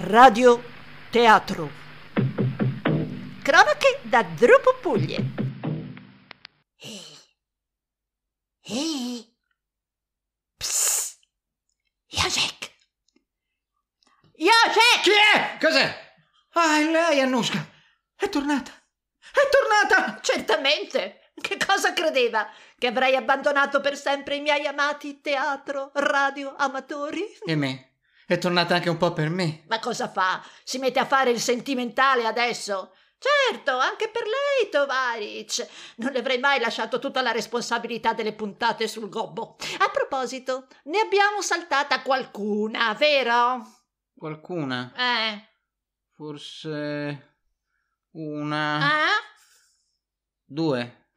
Radio Teatro. Cronache da Drupo Puglie. Ehi. Psst. Jacek. Chi è? Cos'è? Ah, è lei, Annushka. È tornata. Certamente. Che cosa credeva? Che avrei abbandonato per sempre i miei amati teatro, radio, amatori? E me? È tornata anche un po' per me. Ma cosa fa? Si mette a fare il sentimentale adesso? Certo, anche per lei, Tovaric. Non le avrei mai lasciato tutta la responsabilità delle puntate sul gobbo. A proposito, ne abbiamo saltata qualcuna, vero? Qualcuna? Forse una... 2.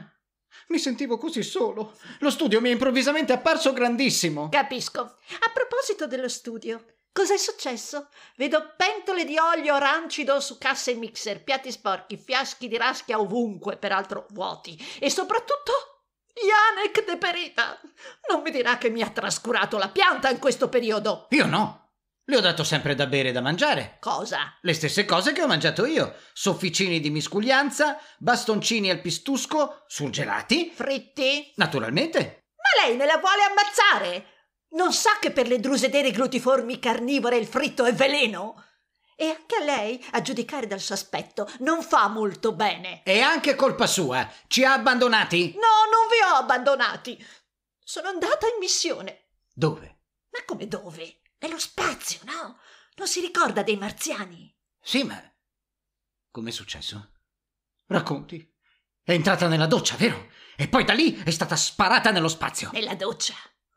Mi sentivo così solo. Lo studio mi è improvvisamente apparso grandissimo. Capisco. A proposito dello studio, cos'è successo? Vedo pentole di olio rancido su casse e mixer, piatti sporchi, fiaschi di raschia ovunque, peraltro vuoti. E soprattutto Janek deperita. Non mi dirà che mi ha trascurato la pianta in questo periodo. Io no. Le ho dato sempre da bere e da mangiare. Cosa? Le stesse cose che ho mangiato io. Sofficini di miscuglianza, bastoncini al pistusco, surgelati. Fritti? Naturalmente. Ma lei me la vuole ammazzare? Non sa che per le drusedere glutiformi carnivore il fritto è veleno? E anche a lei, a giudicare dal suo aspetto, non fa molto bene. È anche colpa sua. Ci ha abbandonati? No, non vi ho abbandonati. Sono andata in missione. Dove? Ma come dove? Nello spazio, no? Non si ricorda dei marziani? Sì, ma... com'è successo? Racconti. È entrata nella doccia, vero? E poi da lì è stata sparata nello spazio. Nella doccia?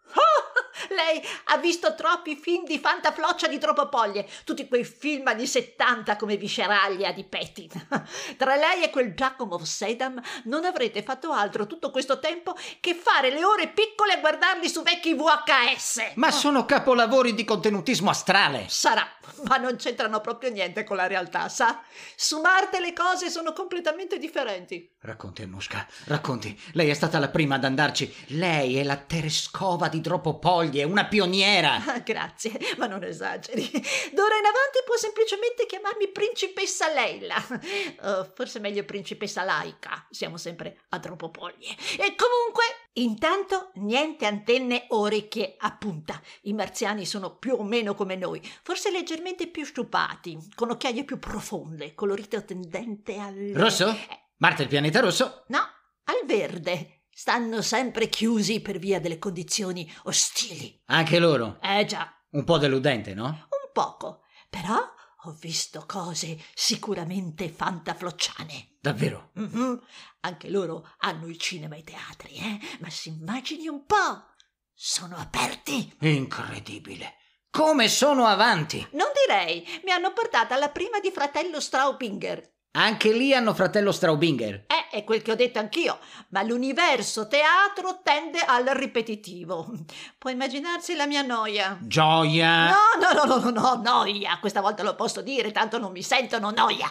Oh, lei ha visto troppi film di fantafloccia di Tropopoglie, tutti quei film anni 70 come Visceraglia di Petin. Tra lei e quel Giacomo Sedam non avrete fatto altro tutto questo tempo che fare le ore piccole a guardarli su vecchi VHS. Ma sono capolavori di contenutismo astrale. Sarà, ma non c'entrano proprio niente con la realtà, sa? Su Marte le cose sono completamente differenti. Racconti, Annushka, racconti. Lei è stata la prima ad andarci. Lei è la Tereskova di Tropopoglie, una pioniera. Ah, grazie, ma non esageri. D'ora in avanti può semplicemente chiamarmi principessa Leila. Forse meglio principessa Laika. Siamo sempre a Tropopoglie. E comunque, intanto, niente antenne o orecchie a punta. I marziani sono più o meno come noi, forse leggermente più sciupati, con occhiaie più profonde, colorito tendente al... Rosso? Marte è il pianeta rosso? No, al verde. Stanno sempre chiusi per via delle condizioni ostili. Anche loro? Già. Un po' deludente, no? Un poco. Però ho visto cose sicuramente fantaflocciane. Davvero? Mm-hmm. Anche loro hanno il cinema e i teatri, Ma si immagini un po'. Sono aperti. Incredibile. Come sono avanti? Non direi. Mi hanno portata alla prima di fratello Straubinger. Anche lì hanno fratello Straubinger. È quel che ho detto anch'io, ma l'universo teatro tende al ripetitivo. Può immaginarsi la mia noia. Gioia! No, noia. Questa volta lo posso dire, tanto non mi sentono. Noia.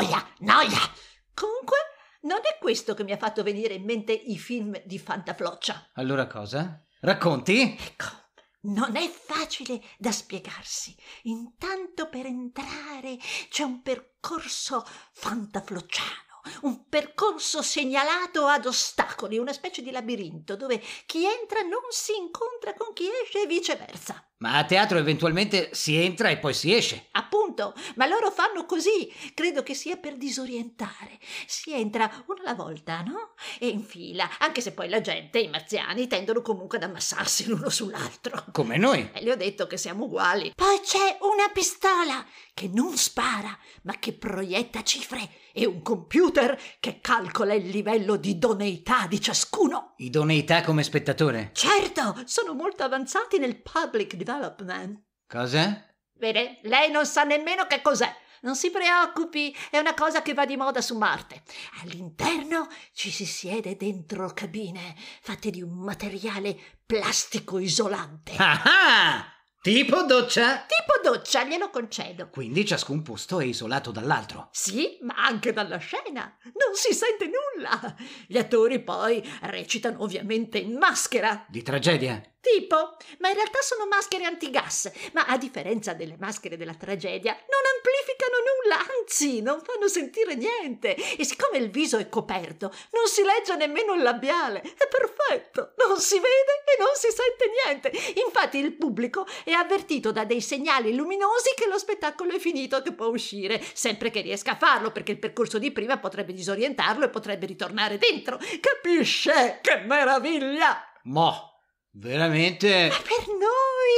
Comunque, non è questo che mi ha fatto venire in mente i film di fantafloccia. Allora cosa? Racconti? Ecco. Non è facile da spiegarsi. Intanto per entrare c'è un percorso fantaflocciano, un percorso segnalato ad ostacoli, una specie di labirinto dove chi entra non si incontra con chi esce e viceversa. Ma a teatro eventualmente si entra e poi si esce. Appunto, ma loro fanno così. Credo che sia per disorientare. Si entra uno alla volta, no? E in fila, anche se poi la gente, i marziani, tendono comunque ad ammassarsi l'uno sull'altro. Come noi. E le ho detto che siamo uguali. Poi c'è una pistola che non spara, ma che proietta cifre, e un computer che calcola il livello di idoneità di ciascuno. Idoneità come spettatore? Certo, sono molto avanzati nel public development. Cosa? Vede, lei non sa nemmeno che cos'è. Non si preoccupi, è una cosa che va di moda su Marte. All'interno ci si siede dentro cabine fatte di un materiale plastico isolante. Ah! Tipo doccia? Tipo doccia, glielo concedo. Quindi ciascun posto è isolato dall'altro. Sì, ma anche dalla scena. Non si sente nulla. Gli attori poi recitano ovviamente in maschera. Di tragedia? Tipo, ma in realtà sono maschere antigas, ma a differenza delle maschere della tragedia non amplificano nulla, anzi non fanno sentire niente, e siccome il viso è coperto non si legge nemmeno il labiale, è perfetto, non si vede e non si sente niente. Infatti il pubblico è avvertito da dei segnali luminosi che lo spettacolo è finito, che può uscire, sempre che riesca a farlo, perché il percorso di prima potrebbe disorientarlo e potrebbe ritornare dentro. Capisce? Che meraviglia! Mo'. Veramente? Ma per noi!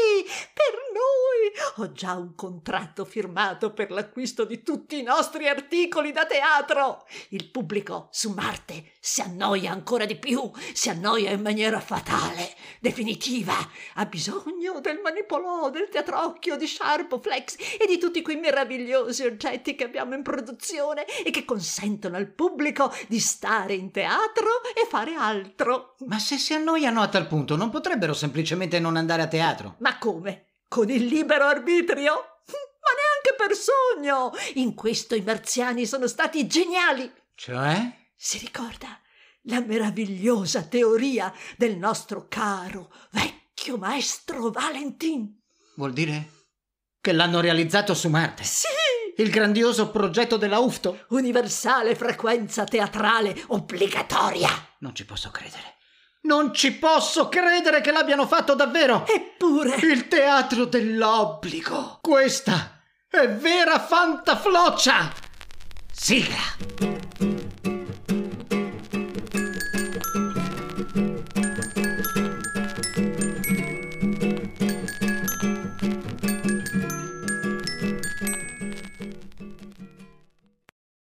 Ho già un contratto firmato per l'acquisto di tutti i nostri articoli da teatro. Il pubblico su Marte si annoia ancora di più, si annoia in maniera fatale, definitiva. Ha bisogno del manipolò, del teatrocchio, di Sharp, Flex e di tutti quei meravigliosi oggetti che abbiamo in produzione e che consentono al pubblico di stare in teatro e fare altro. Ma se si annoiano a tal punto, non potrebbero semplicemente non andare a teatro? Ma come? Con il libero arbitrio? Ma neanche per sogno! In questo i marziani sono stati geniali! Cioè? Si ricorda la meravigliosa teoria del nostro caro vecchio maestro Valentin? Vuol dire che l'hanno realizzato su Marte? Sì! Il grandioso progetto della UFTO? Universale frequenza teatrale obbligatoria! Non ci posso credere. Non ci posso credere che l'abbiano fatto davvero! Eppure! Il teatro dell'obbligo! Questa è vera fantafloccia! Sigla!